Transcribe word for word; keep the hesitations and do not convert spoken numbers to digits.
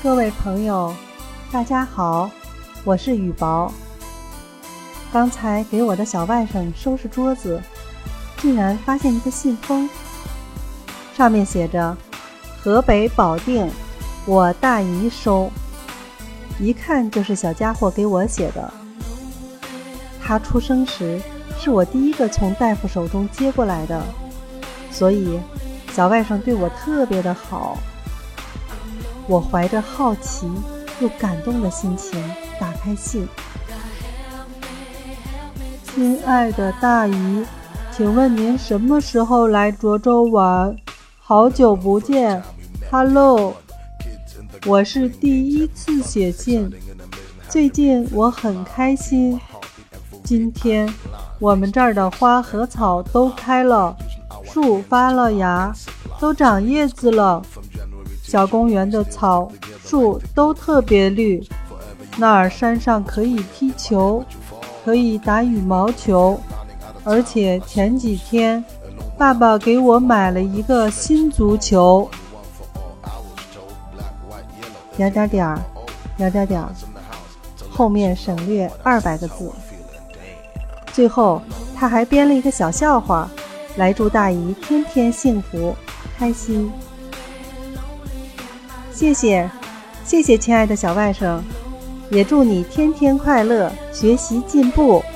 各位朋友，大家好，我是雨薄。刚才给我的小外甥收拾桌子，竟然发现一个信封，上面写着河北保定，我大姨收，一看就是小家伙给我写的。他出生时是我第一个从大夫手中接过来的，所以小外甥对我特别的好。我怀着好奇又感动的心情打开信。亲爱的大姨，请问您什么时候来涿州玩？好久不见 Hello， 我是第一次写信，最近我很开心。今天我们这儿的花和草都开了，树发了芽，都长叶子了。小公园的草树都特别绿，那儿山上可以踢球，可以打羽毛球，而且前几天爸爸给我买了一个新足球。点点点点点点，后面省略二百个字。最后他还编了一个小笑话，来祝大姨天天幸福开心。谢谢，谢谢亲爱的小外甥，也祝你天天快乐，学习进步。